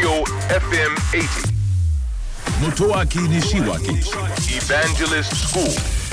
Tokyo FM 80. Motoaki Nishiwaki Evangelist School.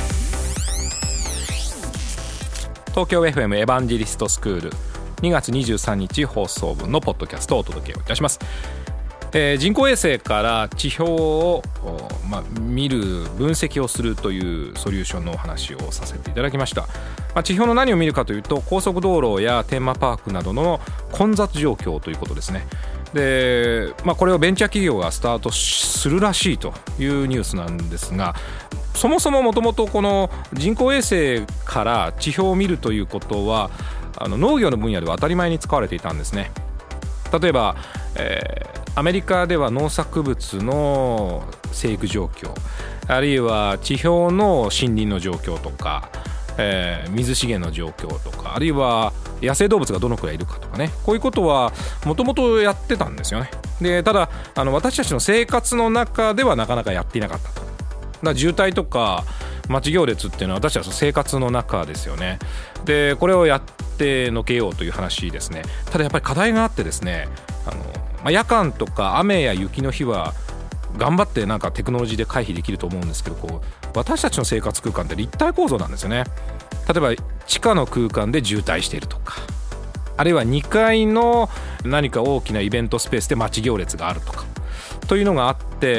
東京 FM エヴァンジェリストスクール2月23日放送分のポッドキャストをお届けをいたします。人工衛星から地表を、見る分析をするというソリューションのお話をさせていただきました。地表の何を見るかというと、高速道路やテーマパークなどの混雑状況ということですね。で、これをベンチャー企業がスタートするらしいというニュースなんですが、そもそももともとこの人工衛星から地表を見るということは農業の分野では当たり前に使われていたんですね。例えば、アメリカでは農作物の生育状況、あるいは地表の森林の状況とか、水資源の状況とか、あるいは野生動物がどのくらいいるかとかね、こういうことはもともとやってたんですよね。で、ただ私たちの生活の中ではなかなかやっていなかったと。だから渋滞とか待ち行列っていうのは私たちの生活の中ですよね。で、これをやってのけようという話ですね。ただやっぱり課題があってですね、夜間とか雨や雪の日は頑張ってなんかテクノロジーで回避できると思うんですけど、私たちの生活空間って立体構造なんですよね。例えば地下の空間で渋滞しているとか、あるいは2階の何か大きなイベントスペースで待ち行列があるとかというのがあって、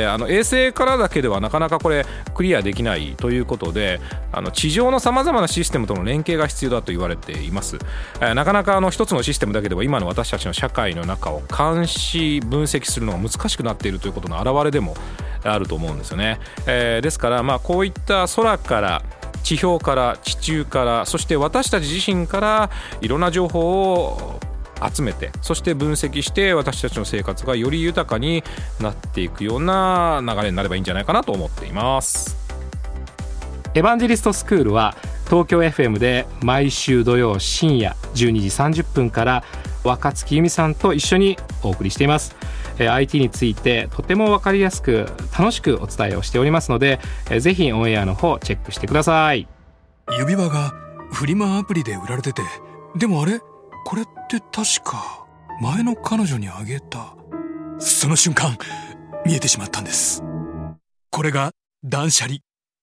衛星からだけではなかなかこれクリアできないということで、地上のさまざまなシステムとの連携が必要だと言われています。なかなか一つのシステムだけでは今の私たちの社会の中を監視分析するのが難しくなっているということの表れでもあると思うんですよね。ですからこういった空から地表から地中から、そして私たち自身からいろんな情報を集めて、そして分析して私たちの生活がより豊かになっていくような流れになればいいんじゃないかなと思っています。 エヴァンジェリストスクールは東京 FM で毎週土曜深夜12時30分から若月由美さんと一緒にお送りしています。IT についてとても分かりやすく楽しくお伝えをしておりますので、ぜひオンエアの方チェックしてください。 指輪がフリマアプリで売られてて、でもあれこれって確か前の彼女にあげた。その瞬間見えてしまったんです。これが断捨離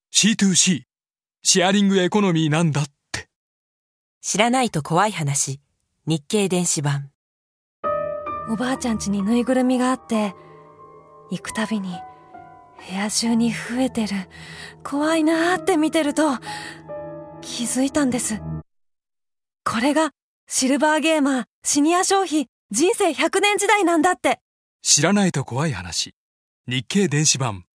C2C シェアリングエコノミーなんだって。 知らないと怖い話、日経電子版。 おばあちゃん家にぬいぐるみがあって、行くたびに部屋中に増えてる、怖いなーって見てると気づいたんです。これがシルバーゲーマーシニア消費人生100年時代なんだって。 知らないと怖い話、日経電子版。